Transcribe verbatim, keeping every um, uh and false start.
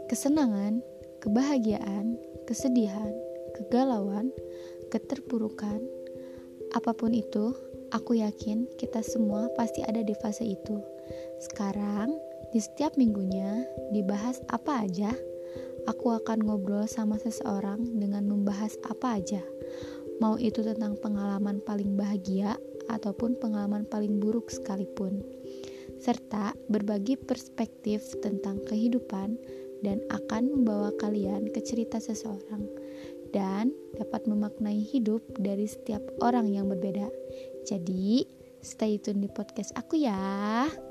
kesenangan, kebahagiaan, kesedihan, kegalauan, keterpurukan, apapun itu, aku yakin kita semua pasti ada di fase itu. Sekarang, di setiap minggunya, dibahas apa aja, aku akan ngobrol sama seseorang dengan membahas apa aja. Mau itu tentang pengalaman paling bahagia ataupun pengalaman paling buruk sekalipun. Serta berbagi perspektif tentang kehidupan dan akan membawa kalian ke cerita seseorang dan dapat memaknai hidup dari setiap orang yang berbeda. Jadi, stay tune di podcast aku ya.